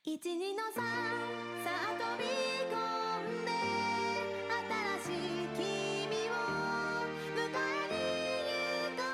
一二のさあ飛び込んで新しい君を迎えに行こ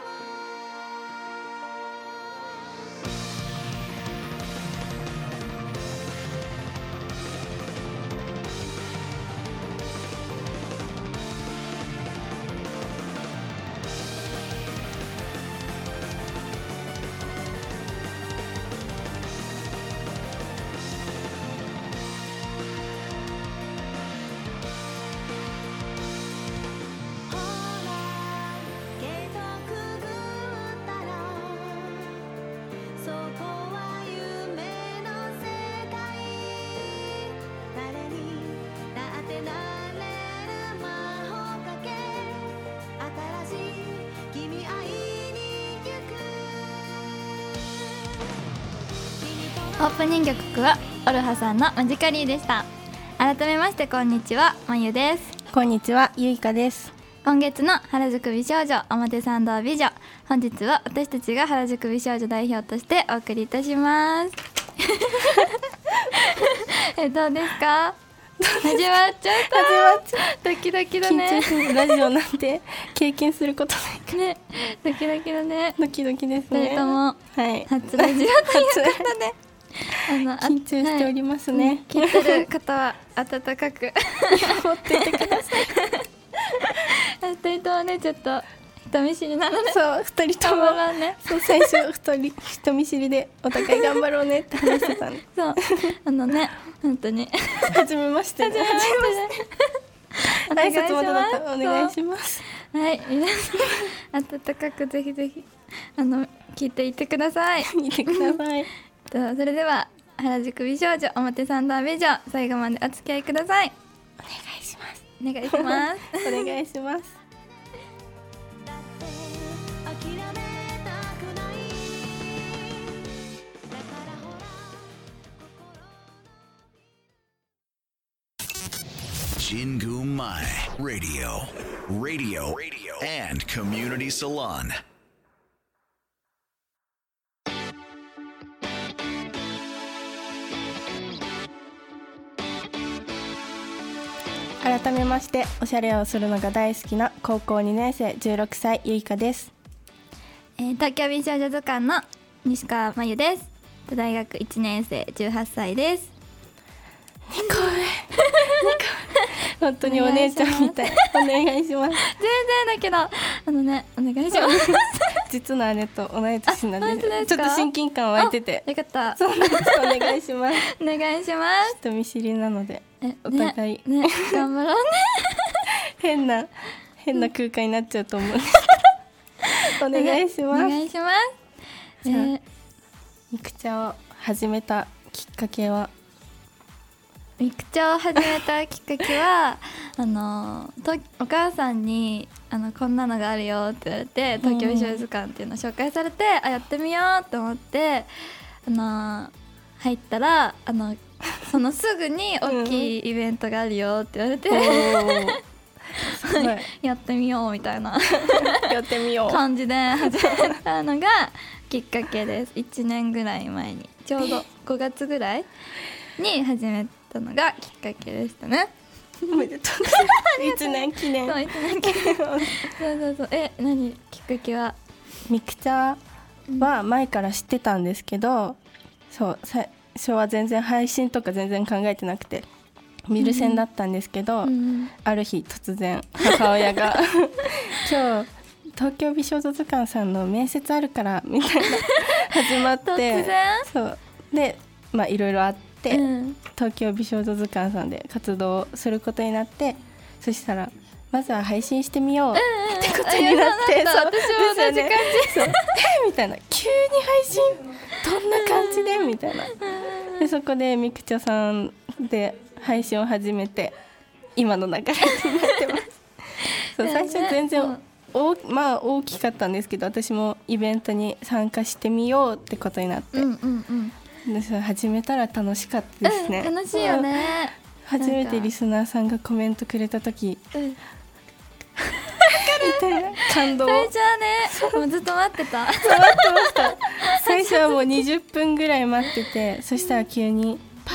オープニング曲はオルハさんのマジカリーでした。改めましてこんにちは、まゆです。 こんにちは、ゆいかです。 今月の原宿美少女表参道美女、本日は私たちが原宿美少女代表としてお送りいたしますどうですか？始まっちゃったドキドキだね。 緊張する。ラジオなんて経験することないからね、ドキドキだね。 ドキドキですね。 2人ともはい初ラジオということで緊張しておりますね。 聞いてる方は温かく持っていてください 2人ともね、ちょっと人見知りなので、 そう、2人ともね、 そう最初人見知りでお互い頑張ろうねって話してたんでそうね、本当に初めましてね。 お願いします。 挨拶まだだったらお願いします。 はい、皆さん温かくぜひぜひ聞いていってください。 見てくださいそれでは原宿美少女表参道美女、最後までお付き合いください。 お願いします。 お願いしますお願いします。 Jingu Mai Radio and Community Salon. 改めましておしゃれをするのが大好きな高校2年生16歳ゆいかです。 東京美少女図鑑の西川真由です。大学1年生18歳です。 2個上本当にお姉ちゃんみたい。お願いします。 全然だけどお願いします実の姉と同い年なんで、 ちょっと親近感湧いてて、 よかった。 そうなんです。お願いします。 お願いします。 人見知りなのでお互い、 ね頑張ろうね変な空間になっちゃうと思うお願いします。 お願いします。 じゃあミクチャを始めたきっかけは？ ミクチャを始めたきっかけはお母さんにこんなのがあるよって言われて、東京美少女図鑑っていうのを紹介されて、やってみようと思って入ったらそのすぐに大きいイベントがあるよって言われて、やってみようみたいなやってみよう感じで始めたのがきっかけです。1年ぐらい前に、ちょうど5月ぐらいに始めたのがきっかけでしたね。 おめでとうございます1年記念。 そう、1年記念そう何きっかけは？ ミクチャは前から知ってたんですけど、そう最初は全然配信とか全然考えてなくて見る線だったんですけど、ある日突然母親が今日東京美少女図鑑さんの面接あるからみたいな始まって突然？ そうで、いろいろあって、東京美少女図鑑さんで活動することになって、そしたらまずは配信してみようってことになって、 私も同じ感じみたいな、急に配信どんな感じでみたいなで、そこでミクチャさんで配信を始めて今の流れになってますそう最初全然大きかったんですけど、私もイベントに参加してみようってことになって、でそれ始めたら楽しかったですね。 楽しいよね。 初めてリスナーさんがコメントくれた時、みたいな感動。 最初はね、もうずっと待ってた。 最初はもう20分ぐらい待ってて、そしたら急に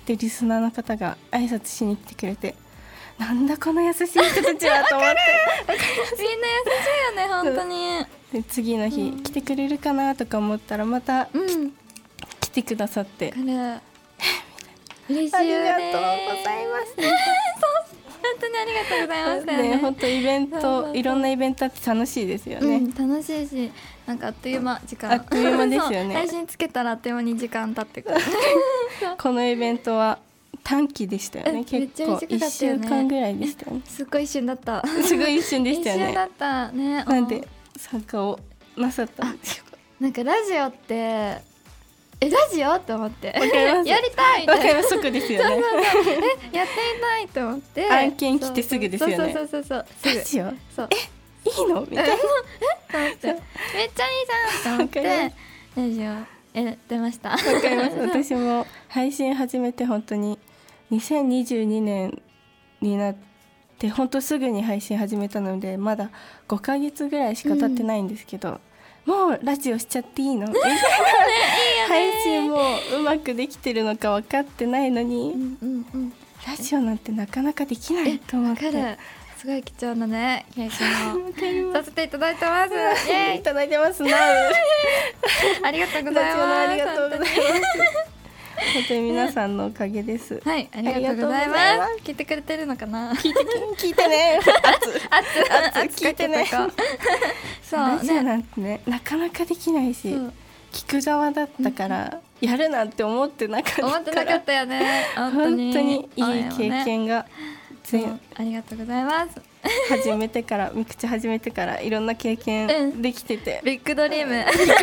でリスナーの方が挨拶しに来てくれて、なんだこの優しい人たちはと思ってみんな優しいよね本当に。 で次の日、来てくれるかなとか思ったらまた、来てくださって嬉しいよね。 ありがとうございます本当にありがとうございましたよね。 本当イベントいろんなイベントあって楽しいですよね、 楽しいし、なんかあっという間時間あっという間ですよねそう配信つけたらあっという間に時間経ってくるこのイベントは短期でしたよね。 めっちゃ結構1 短かったよね週間ぐらいでしたよね。 すっごい一瞬だったすごい一瞬でしたよね一瞬だったね。 なんで参加をなさったんでしょうか。 なんかラジオってラジオって思ってわかりますやりたいみたいなわかります。即ですよね。 やってみたいと思って案件来てすぐですよねそうすぐラジオそういいのみたいな。 と思ってめっちゃいいじゃんと思ってわかりラジオやってました。 わかります私も配信始めて本当に2022年になって本当すぐに配信始めたのでまだ5ヶ月ぐらいしか経ってないんですけど、もうラジオしちゃっていいのみたいな配信もうまくできてるのか分かってないのに、ラジオなんてなかなかできないと思ってわかる。すごい貴重なね経験をさせていただいてます。イエーイいただいてますなありがとうございラジオのます。 ありがとうございます本当に皆さんのおかげですはい、ありがとうございありがとうございま。 ます聞いてくれてるのかな。 聞いてね熱聞いてねそうラジオね。 なんてねなかなかできないしそう聞く側だったからやるなんて思ってなかったから思ってなかったよね。本当本に当にいい経験がそうありがとうございます。 始めてからミクチャ始めてからいろんな経験できてて、 ビッグドリーム。 確かにビ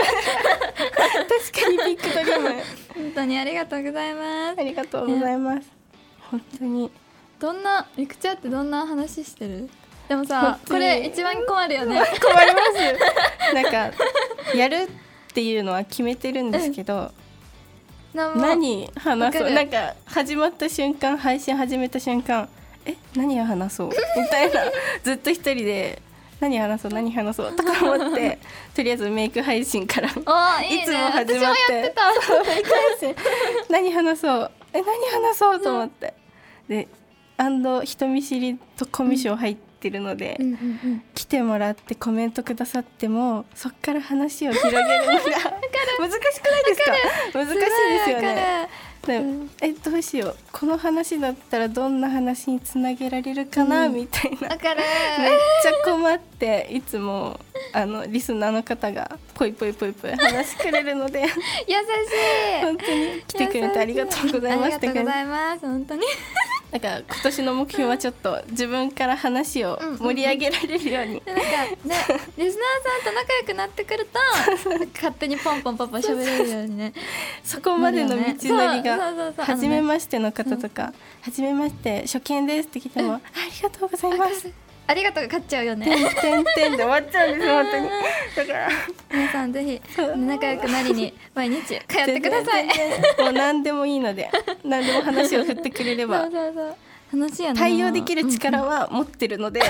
ッグドリーム本当にありがとうございますあ。りがとうございます本当にどんなミクチャってどんな話してる？でも本さ、 当にこれ一番困るよね。 困りますなんかやるっていうのは決めてるんですけど、何話わかるそうなんか始まった瞬間配信始めた瞬間何を話そうみたいなずっと一人で何話そうとか思ってとりあえずメイク配信からいいね。 いつも始まって私もやってた。 メイク配信何話そうと思ってで人見知りとコミュ障入ってるので、来てもらってコメントくださってもそっから話を広げるのが難しくないですか？難しいですよね。でどうしようこの話だったらどんな話につなげられるかな、みたいなわかる。 めっちゃ困っていつもリスナーの方がポイ話してくれるので優しい。 本当に来てくれてありがとうございます。 ありがとうございます。本当に。 だから今年の目標はちょっと自分から話を盛り上げられるように、 なんかね、リスナーさんと仲良くなってくると勝手にポンポン喋れるようにね。 そこまでの道のりそうが初めましての方とか初めまして初見ですって来てもありがとうございますありがとうが勝っちゃうよね。 点で終わっちゃうんです本当に。だから皆さんぜひ仲良くなりに毎日通ってください。 全然もう何でもいいので何でも話を振ってくれればそう楽しいよね。 対応できる力は持ってるので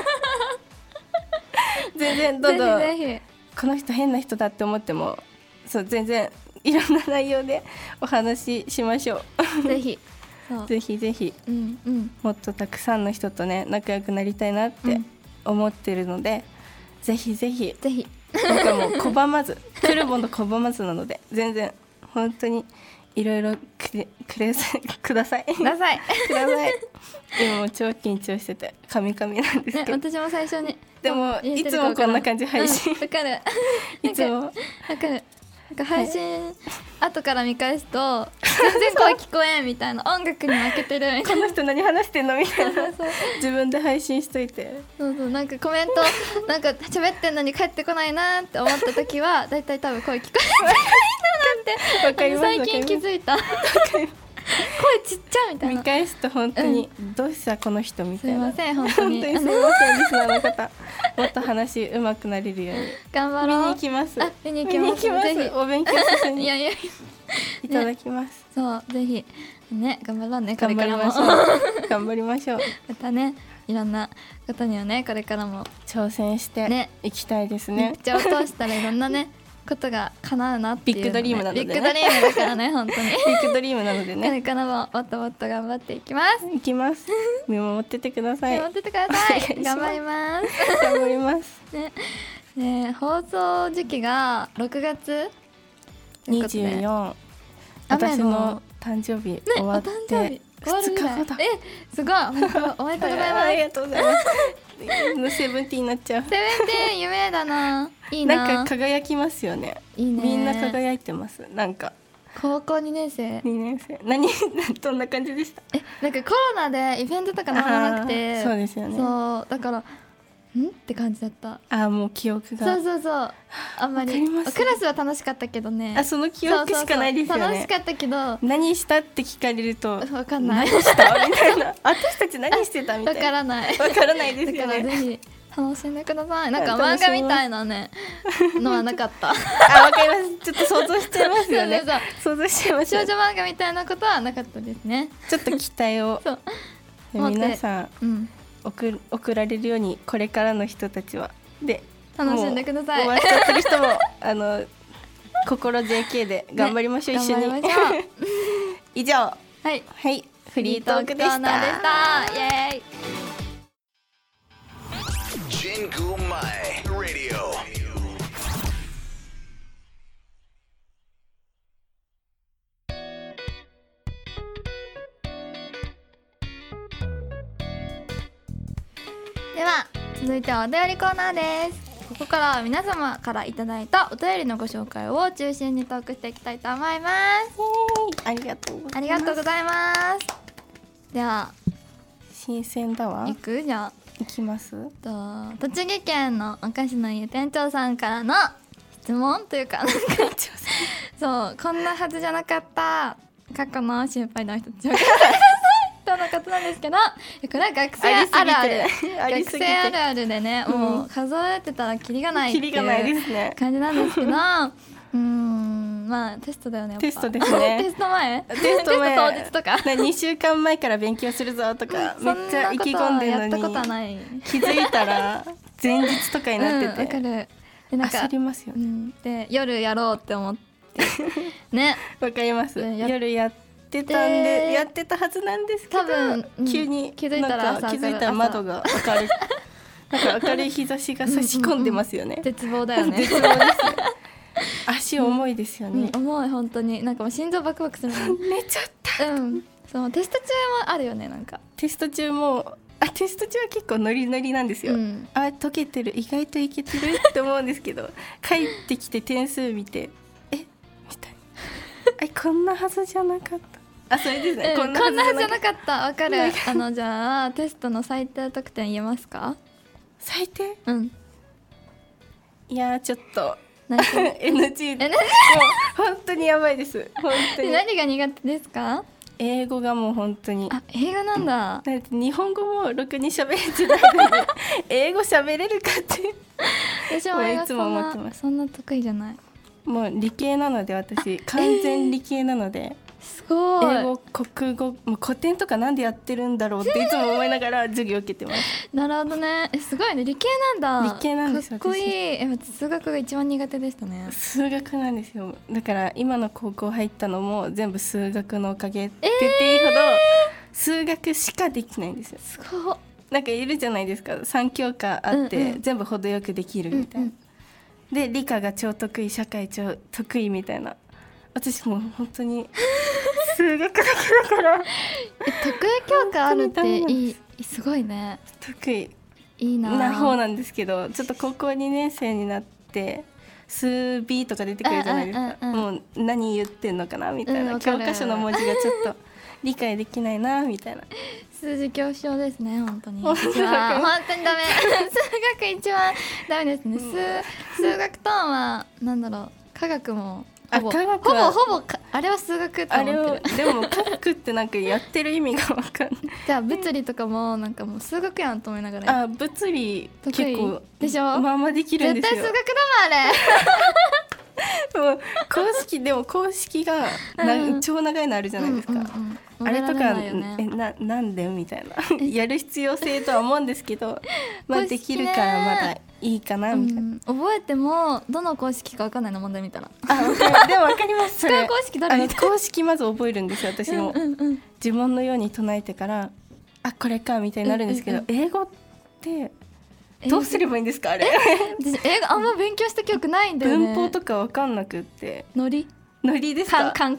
全然どんどんぜこの人変な人だって思ってもそう全然いろんな内容でお話ししましょう。 ひぜひそうぜひぜひもっとたくさんの人とね仲良くなりたいなって思ってるので、ぜひぜひなんかもう拒まず来るもの拒まずなので全然本当にいろいろください今もう超緊張しててカミカミなんですけど、 私も最初にでもいつもこんな感じ配信わかる。 いつもわかる。なんか配信後から見返すと全然声聞こえんみたいな、音楽に負けてるみたいな。 この人何話してんのみたいなそう自分で配信しといてなんかコメントなんか喋ってんのに帰ってこないなって思った時はだいたい多分声聞こえないんだなってわかります最近気づいた。声ちっちゃいみたいな。 見返すと本当にどうしたこの人みたいな。 すいません本当にすいませんリスナーの方もっと話上手くなれるように頑張ろう。 見に行きます。 見に行きます。ぜひお勉強させにいやいただきます。 そうぜひね頑張ろうねこ頑張りれからもましょう。頑張りましょう。 またねいろんなことにはねこれからも挑戦してねいきたいですミねク。チャを通したらいろんなねことが叶うなっていうの、ね、 ビッグドリームなのでねビッグドリームだからね本当にビッグドリームなのでこねれからももっともっと頑張っていきます。 いきます見守っててください頑張っててくださいお願いします頑張ります頑張りますね、放送時期が6月ということで 24 雨私の誕生日終わっお誕生日て終わる 2 ぐらい日後だすごい本当おめでとうございますありがとうございますセブンティーンになっちゃうセブンティーン夢だないいななんか輝きますよねいいねみんな輝いてますなんか高校2年生 2年生どんな感じでした？ なんかコロナでイベントとかなんもなくてそうですよねそうだからって感じだった。 もう記憶がそうあんまりわかりますクラスは楽しかったけどねその記憶しかないですよね楽しかったけど何したって聞かれるとわかんない何したみたいな私たち何してたみたいなわからないわからないですだからよねぜひ楽しんでください。なんか漫画みたいなねのはなかったわかりますちょっと想像しちゃいますよねそう想像しちゃいますよね少女漫画みたいなことはなかったですね。 ちょっと期待をそう皆さんうん送られるようにこれからの人たちはで楽しんでくださいもう終わっちゃってる人も心 JK で頑張りましょう、 ね一緒に頑張りましょう以上はいはいフリートークでしフリートークコーナーでしたたイエーイ Jingu Mai Radio. では続いてはお便りコーナーです。ここからは皆様からいただいたお便りのご紹介を中心にトークしていきたいと思います。 ありがとうござありいますがとうございますでは新鮮だわ行くじゃあ行きます栃木県のお菓子の家店長さんからの質問というかなんかそうこんなはずじゃなかった過去の心配の人たちをとのことなんですけどこれは学生あるある学生あるあるでね、もう数えてたらキリがないっていう感じなんですけどまあテストだよねやっぱテストですねテスト前テスト前当日とか 2週間前から勉強するぞとかめっちゃ意気込んでるのにそんなことはやったことない気づいたら前日とかになってて、 わかるでなんか焦りますよね、 で夜やろうって思ってねわかります、夜やってたはずなんですけど多分、 急に気づいたら窓が明るいなんか明るい日差しが差し込んでますよね、 絶望だよね絶望ですね足重いですよね、 重い本当になんかもう心臓バクバクするもん寝ちゃったそうテスト中もあるよねなんかテスト中は結構ノリノリなんですよ、解けてる意外といけてるって思うんですけど帰ってきて点数見てみたいなこんなはずじゃなかったそれですね、 こんなはずじゃなかったわかるじゃあテストの最低得点言えますか？ 最低？いやちょっとNG もう本当にやばいです本当に何が苦手ですか？ 英語がもう本当に英語なんだ。 だって日本語もろくに喋れてないので英語喋れるかって私も英語いつも思ってますそんな得意じゃない。 もう理系なので私完全理系なので、 すごい英語国語もう古典とかなんでやってるんだろうっていつも思いながら授業受けてますなるほどねすごいね理系なんだ。 理系なんですかっこいい数学が一番苦手でしたね。 数学なんですよ。だから今の高校入ったのも全部数学のおかげって言っていいほど、数学しかできないんですよ。 すごいなんかいるじゃないですか3教科あって、全部程よくできるみたいな、で理科が超得意社会超得意みたいな。私もう本当に数学だけだから得意教科あるっていいすごいね。 得意いいな方なんですけど、ちょっと高校2年生になって数 B とか出てくるじゃないですか、もう何言ってんのかなみたいな、教科書の文字がちょっと理解できないなみたいな。 数字恐怖症ですね本当に。本当にダメ数学一番ダメですね。数学とはなんだろう、科学もほぼあれは数学って思ってる。 でも科学ってなんかやってる意味が分かんないじゃあ物理とかもなんかもう数学やんと思いながら。 物理結構でしょ。 まあまあできるんですよ。 絶対数学だもんあれもう公式が超長いのあるじゃないですか、あれとか、なんでみたいなやる必要性とは思うんですけどまあできるからまだいいかなみたいな、 覚えてもどの公式か分かんないの問題見たらでも分かりますそれ。 使う公式どれみたいな公式まず覚えるんですよ私も、呪文のように唱えてからこれかみたいになるんですけど、英語ってどうすればいいんですかあれ私英語あんま勉強した記憶ないんだよね。 文法とか分かんなくって。 ノリですか。 カン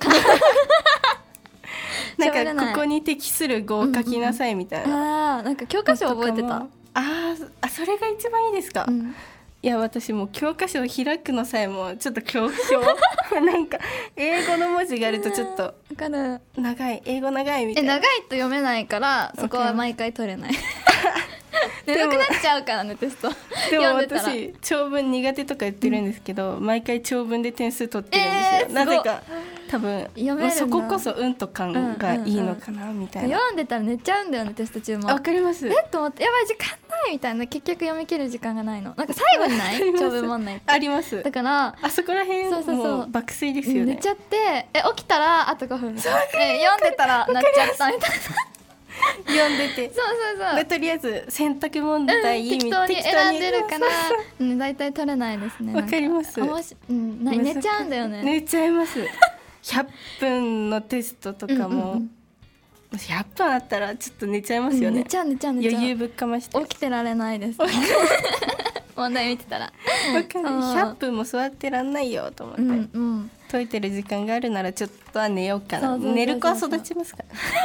なんかここに適する語を書きなさいみたいな、 なんか教科書覚えてた。 それが一番いいですか、いや私もう教科書を開くのさえもちょっと恐怖症なんか英語の文字があるとちょっと長い英語長いみたいな。 長いと読めないからそこは毎回取れない長くなっちゃうからねテストでも私長文苦手とか言ってるんですけど、毎回長文で点数取ってるんですよ、なぜか多分そここそと感がいいのかなみたいな、 読んでたら寝ちゃうんだよねテスト中も。 わかります。 と思ってやばい時間ないみたいな、結局読み切る時間がないの。なんか最後にない長文問題ってあります。 だからそこら辺もう爆睡ですよね。 寝ちゃって起きたらあと5分みたいな、読んでたらなっちゃったみたいな読んでてそうとりあえず選択問題適当に選んでるからだいたい取れないですね。 わかります。 寝ちゃうんだよね。 寝ちゃいます100分のテストとかも、100分あったらちょっと寝ちゃいますよね。 寝ちゃう余裕ぶっかまして起きてられないですね問題見てたら 100分も座ってらんないよと思って、解いてる時間があるならちょっとは寝ようかな。寝る子は育ちますから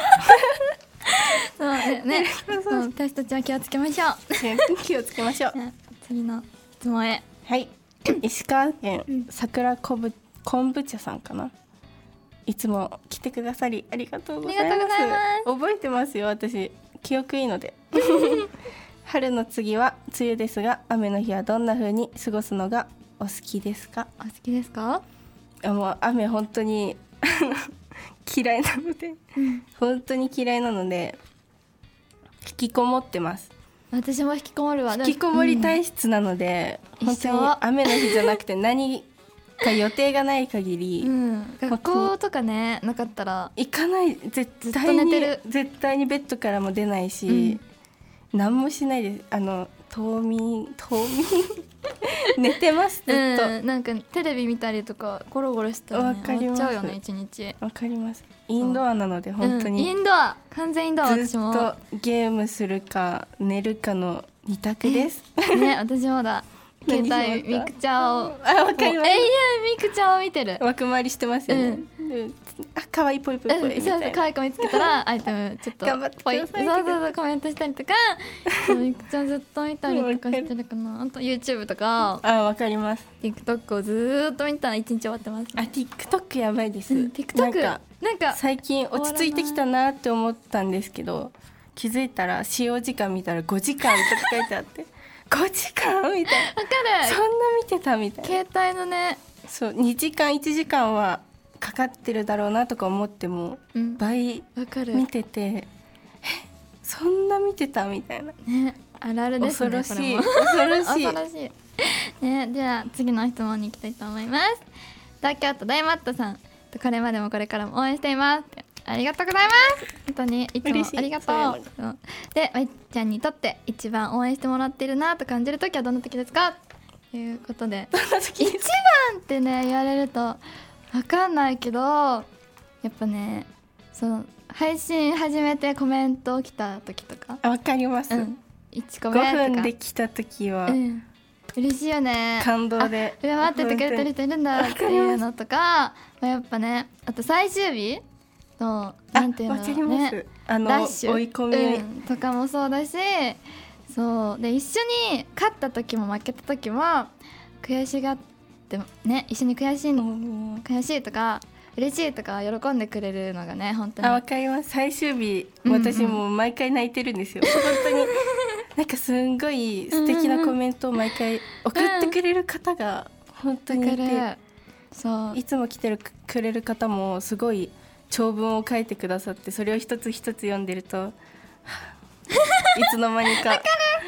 そうね私たちは気をつけましょう気をつけましょう。 次の質問へ。 はい石川県桜昆布茶さんかな。いつも来てくださりありがとうございます。覚えてますよ私記憶いいので春の次は梅雨ですが雨の日はどんな風に過ごすのがお好きですか。 好きですか。 もう雨本当に嫌いなので、本当に嫌いなので引きこもってます。 私も引きこもるわ。 引きこもり体質なので、本当に雨の日じゃなくて何か予定がない限り、 学校とかねなかったら行かない。絶対にベッドからも出ないし、何もしないです。冬眠寝てますずっと。 なんかテレビ見たりとかゴロゴロしたらね終わっちゃうよね一日。 わかります。インドアなので本当に、 インドア完全インドア。私もずっとゲームするか寝るかの二択ですね。私もだ携帯ミクチャをわかります。 永遠ミクチャを見てる。 枠回りしてますよね。可愛いぽいぽいぽいみたいな。 可愛い子見つけたらアイテムちょっと頑張ってください。 そうコメントしたりとかミクチャずっと見たりとかしてるかな。あと YouTube とかわかります。 TikTok をずっと見たら一日終わってます。 TikTok やばいです。 TikTok なんか最近落ち着いてきたなって思ったんですけど、気づいたら使用時間見たら5時間とか書いてあって5時間みたいな。 わかる。 そんな見てたみたいな。 携帯のねそう2時間1時間はかかってるだろうなとか思っても、倍見ててそんな見てたみたいなね。あるあるですね。 恐ろしい恐ろしいね。では次の質問に行きたいと思います。東京都大マットさん、これまでもこれからも応援しています。ありがとうございます。本当にいつもありがとう。でまいちゃんにとって一番応援してもらってるなと感じる時はどんな時ですかということで一番ってね言われると分かんないけど、やっぱねその配信始めてコメント来た時とかわかります、 1コメ 5分で来た時は、 嬉しいよね。 感動で待っててくれてる人いるんだっていうのとかやっぱね。あと最終日のなんていうのねラッシュ追い込み、 とかもそうだし、そうで一緒に勝った時も負けた時も悔しがってね、一緒に悔しいとか嬉しいとか喜んでくれるのがね本当にわかります。最終日、私も毎回泣いてるんですよ本当になんかすんごい素敵なコメントを毎回送ってくれる方が本当にいて、 そういつも来てくれる方もすごい長文を書いてくださって、それを一つ一つ読んでるといつの間にか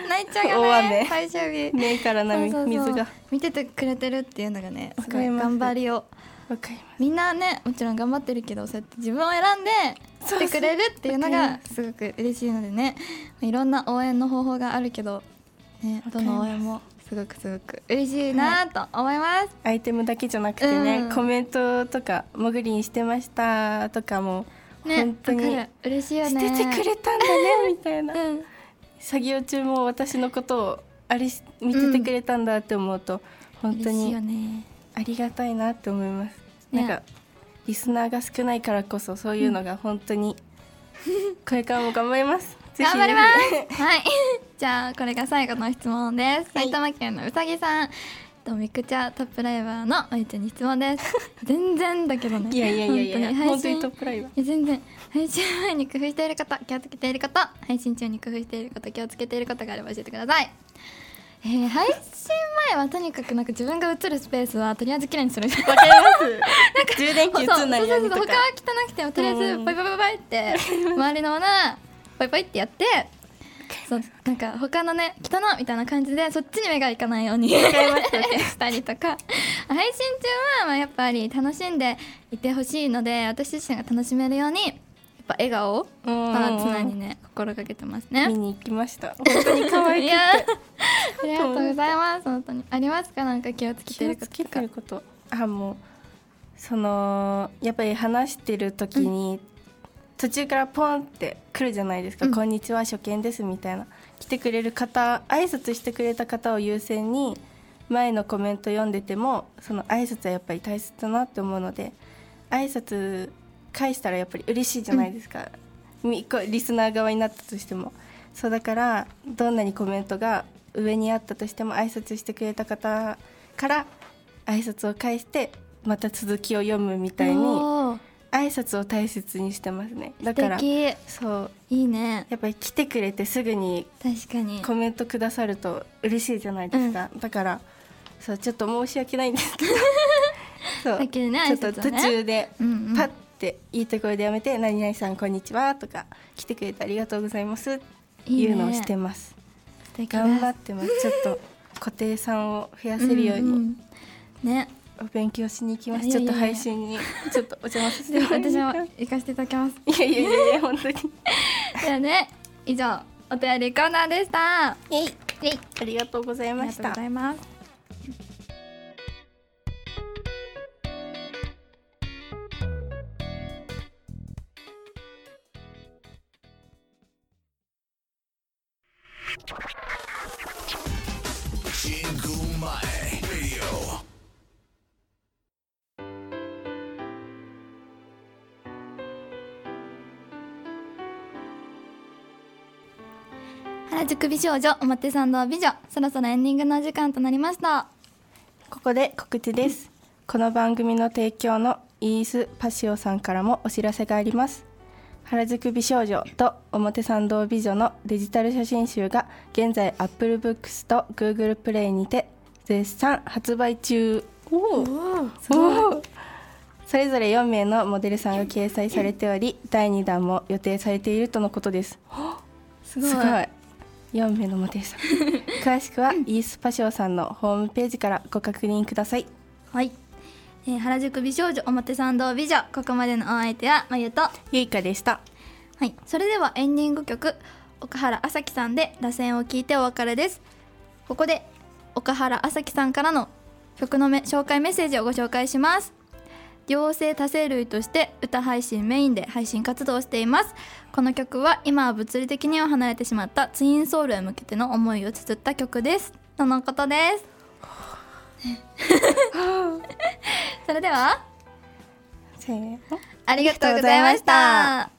泣いちゃうよ大雨ね最終日。 目からそうそうそう水が見ててくれてるっていうのがねすごいわかります頑張りを。 わかります。 みんなねもちろん頑張ってるけどそうやって自分を選んで来てくれるっていうのがすごく嬉しいのでね、いろんな応援の方法があるけど、ね、どの応援もすごく嬉しいなと思います。 アイテムだけじゃなくてね、 うんコメントとかもぐりんしてましたとかもね、 本当にわかる嬉しいよしね。 ててくれたんだねみたいな、 うん作業中も私のことを見ててくれたんだって思うと、本当嬉しいよにね。 ありがたいなって思います、 ねなんかリスナーが少ないからこそそういうのが本当に、これからも頑張ります。ぜひ頑張りますはいじゃあこれが最後の質問です、 はい埼玉県のうさぎさんミクチャトップライバーのまゆちゃんに質問です全然だけどねいや本当本当ににトップライバー。 いや全然配信前に工夫している方気をつけている方配信中に工夫している方気をつけている方があれば教えてください。配信前はとにかくなんか自分が映るスペースはとりあえずきれいにする。 わかります充電器映んないようにとか他は汚くてもとりあえずポイポイポイポイって周りのものポイポイってやってそうなんか他のね汚みたいな感じでそっちに目がいかないようにしたりとか配信中はまあやっぱり楽しんでいてほしいので私自身が楽しめるようにやっぱ笑顔は常にね心がけてますね。 見に行きました。本当に可愛くていやありがとうございます。本当にありますかなんか気をつけてること気をつけとかてることもうそのやっぱり話してる時に、途中からポンって来るじゃないですか、こんにちは初見ですみたいな来てくれる方挨拶してくれた方を優先に前のコメント読んでてもその挨拶はやっぱり大切だなって思うので挨拶返したらやっぱり嬉しいじゃないですか、リスナー側になったとしてもそうだからどんなにコメントが上にあったとしても挨拶してくれた方から挨拶を返してまた続きを読むみたいにおー挨拶を大切にしてますね。だから素敵そういいね。 やっぱり来てくれてすぐに確かにコメントくださると嬉しいじゃないですか、だからそうちょっと申し訳ないんですけどそうさっきのねちょっと途中でうんうんパッていいところでやめて、何々さんこんにちはとか来てくれてありがとうございますっていうのをしてます素敵です頑張ってますちょっと固定さんを増やせるようにんねお勉強しに行きます。 いやいやいやちょっと配信にちょっとお邪魔させてもらい私もます行かせていただきます。 いや本当にではね以上お便りコーナーでした。 イエイイエイありがとうございありがとうごましたざいます。 Jingu Mai Radio. 原宿美少女表参道美女そろそろエンディングのお時間となりました。 ここで告知です。この番組の提供のイースパシオさんからもお知らせがあります。原宿美少女と表参道美女のデジタル写真集が現在 Apple Books と Google プレイにて絶賛発売中。 すごい。 それぞれ4名のモデルさんが掲載されており、第2弾も予定されているとのことです。 すごい。 4名のモデルさん詳しくはイースパシオさんのホームページからご確認ください。 はい、原宿美少女表参道美女ここまでのお相手はまゆとゆいかでした。 はい、それではエンディング曲岡原あさきさんで螺旋を聞いてお別れです。ここで岡原あさきさんからの曲の紹介メッセージをご紹介します。両性多声類として歌配信メインで配信活動をしています。この曲は今は物理的には離れてしまったツインソウルへ向けての思いを綴った曲ですとのことですそれではせーのありがとうございました。